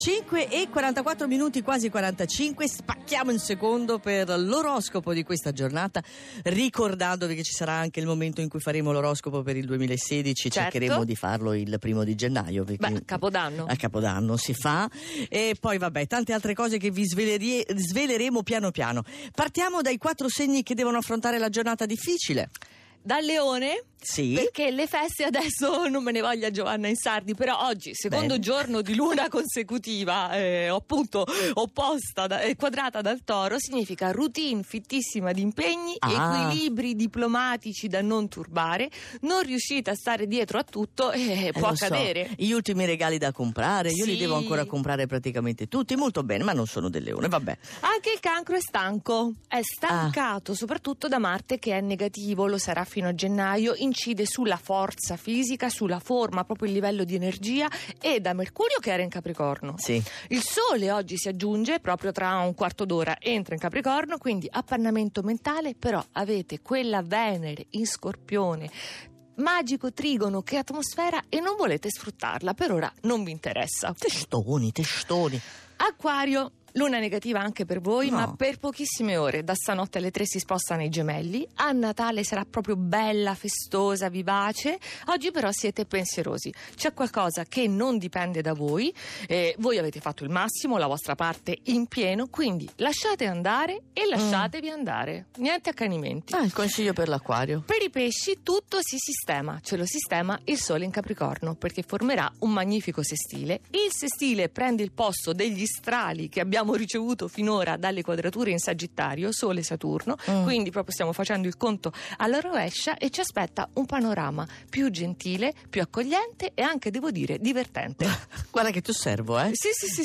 5 e 44 minuti, quasi 45, spacchiamo un secondo per l'oroscopo di questa giornata, ricordandovi che ci sarà anche il momento in cui faremo l'oroscopo per il 2016, certo. Cercheremo di farlo il 1 gennaio. Beh, Capodanno. A Capodanno si fa, e poi vabbè, tante altre cose che vi sveleremo piano piano. Partiamo dai 4 segni che devono affrontare la giornata difficile. Dal Leone? Sì. Perché le feste adesso non me ne voglia Giovanna Insardi, però oggi, secondo giorno di luna consecutiva, appunto opposta quadrata dal Toro, significa routine fittissima di impegni, equilibri diplomatici da non turbare, non riuscite a stare dietro a tutto e può accadere. So. Gli ultimi regali da comprare, io Sì. li devo ancora comprare praticamente tutti, molto bene, ma non sono del Leone, vabbè. Anche il Cancro è stanco, è stancato soprattutto da Marte, che è negativo, lo sarà fino a gennaio, incide sulla forza fisica, sulla forma, proprio il livello di energia, e da Mercurio che era in Capricorno. Sì. Il Sole oggi si aggiunge proprio tra un quarto d'ora, entra in Capricorno, quindi appannamento mentale, però avete quella Venere in Scorpione, magico trigono, che atmosfera, e non volete sfruttarla, per ora non vi interessa. Testoni. Acquario, luna negativa anche per voi, No. ma per pochissime ore. Da stanotte alle 3 si sposta nei Gemelli. A Natale sarà proprio bella, festosa, vivace. Oggi però siete pensierosi. C'è qualcosa che non dipende da voi. Voi avete fatto il massimo, la vostra parte in pieno, quindi lasciate andare e lasciatevi andare. Niente accanimenti. Il consiglio per l'Acquario. Per i pesci tutto si sistema, ce lo sistema il Sole in Capricorno, perché formerà un magnifico sestile. Il sestile prende il posto degli strali che abbiamo ricevuto finora dalle quadrature in Sagittario, Sole e Saturno, quindi proprio stiamo facendo il conto alla rovescia, e ci aspetta un panorama più gentile, più accogliente e anche, devo dire, divertente. Guarda che ti osservo, Sì.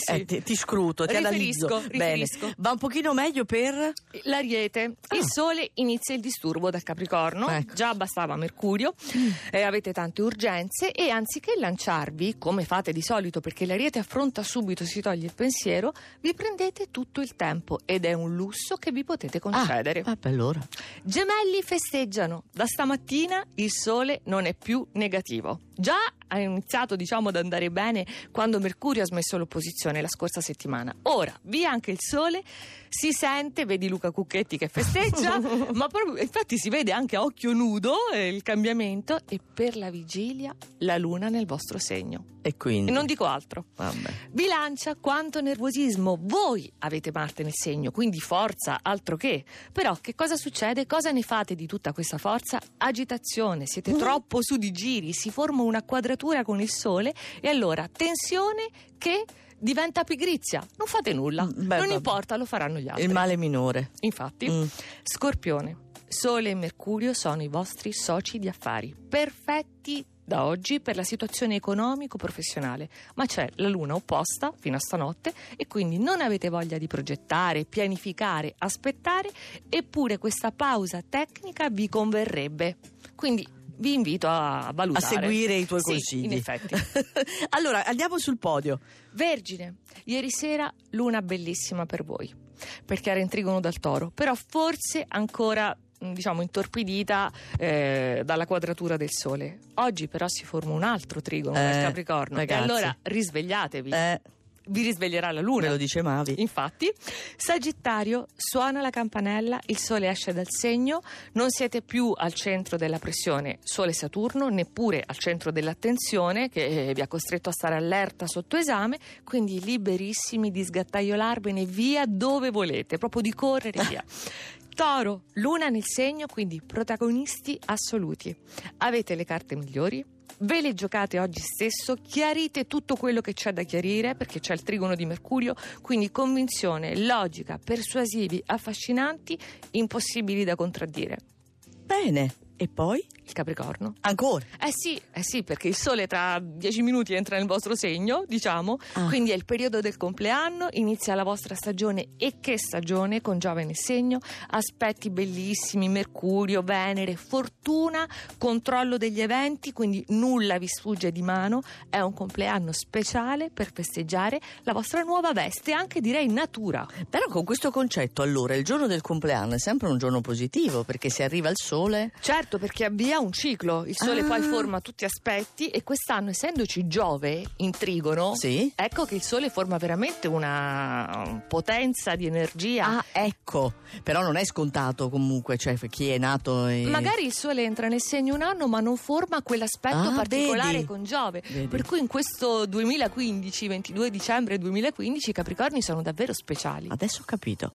ti scruto, ti analizzo. Riferisco. Bene. Va un pochino meglio per L'Ariete. Il Sole inizia il disturbo dal Capricorno, Ecco. già bastava Mercurio, avete tante urgenze, e anziché lanciarvi come fate di solito, perché l'Ariete affronta subito, si toglie il pensiero, vi prendete tutto il tempo, ed è un lusso che vi potete concedere. Vabbè, allora. Gemelli festeggiano. Da stamattina il Sole non è più negativo. Già ha iniziato, ad andare bene quando Mercurio ha smesso l'opposizione la scorsa settimana. Ora, via anche il Sole, si sente, vedi Luca Cucchetti che festeggia, ma proprio, infatti si vede anche a occhio nudo il cambiamento, e per la vigilia la luna nel vostro segno. E quindi? E non dico altro. Vabbè. Bilancia, quanto nervosismo. Voi avete Marte nel segno, quindi forza, altro che. Però che cosa succede? Cosa ne fate di tutta questa forza? Agitazione, siete troppo su di giri, si forma una quadratura con il Sole, e allora tensione che diventa pigrizia. Non fate nulla, non importa, lo faranno gli altri. Il male minore. Infatti. Scorpione, Sole e Mercurio sono i vostri soci di affari, perfetti da oggi per la situazione economico-professionale, ma c'è la luna opposta fino a stanotte, e quindi non avete voglia di progettare, pianificare, aspettare, eppure questa pausa tecnica vi converrebbe. Quindi vi invito a valutare, A seguire i tuoi Sì, consigli. in effetti. Allora, andiamo sul podio. Vergine, ieri sera luna bellissima per voi, perché era in trigono dal Toro, però forse ancora intorpidita dalla quadratura del Sole. Oggi però si forma un altro trigono dal Capricorno, ragazzi. e allora risvegliatevi. Vi risveglierà la luna. Me lo dice Mavi. Infatti. Sagittario, suona la campanella, il Sole esce dal segno, non siete più al centro della pressione Sole-Saturno, neppure al centro dell'attenzione che vi ha costretto a stare allerta sotto esame, quindi liberissimi di sgattaiolarvene via dove volete, proprio di correre via. Toro, luna nel segno, quindi protagonisti assoluti. Avete le carte migliori? Ve le giocate oggi stesso, chiarite tutto quello che c'è da chiarire, perché c'è il trigono di Mercurio, quindi convinzione, logica, persuasivi, affascinanti, impossibili da contraddire. Bene. E poi? Il Capricorno. Ancora? Sì, perché il Sole tra 10 minuti entra nel vostro segno, quindi è il periodo del compleanno, inizia la vostra stagione, e che stagione, con Giove nel segno, aspetti bellissimi, Mercurio, Venere, fortuna, controllo degli eventi, quindi nulla vi sfugge di mano, è un compleanno speciale per festeggiare la vostra nuova veste, anche direi natura. Però con questo concetto, allora, il giorno del compleanno è sempre un giorno positivo, perché se arriva il Sole... Certo, perché avviamo ha un ciclo, il Sole poi forma tutti aspetti, e quest'anno, essendoci Giove in trigono, Sì. ecco che il Sole forma veramente una potenza di energia. Ah, ecco, però non è scontato comunque, cioè chi è nato Magari il Sole entra nel segno un anno ma non forma quell'aspetto particolare vedi. con Giove. Vedi. Per cui in questo 2015, 22 dicembre 2015, i Capricorni sono davvero speciali. Adesso ho capito.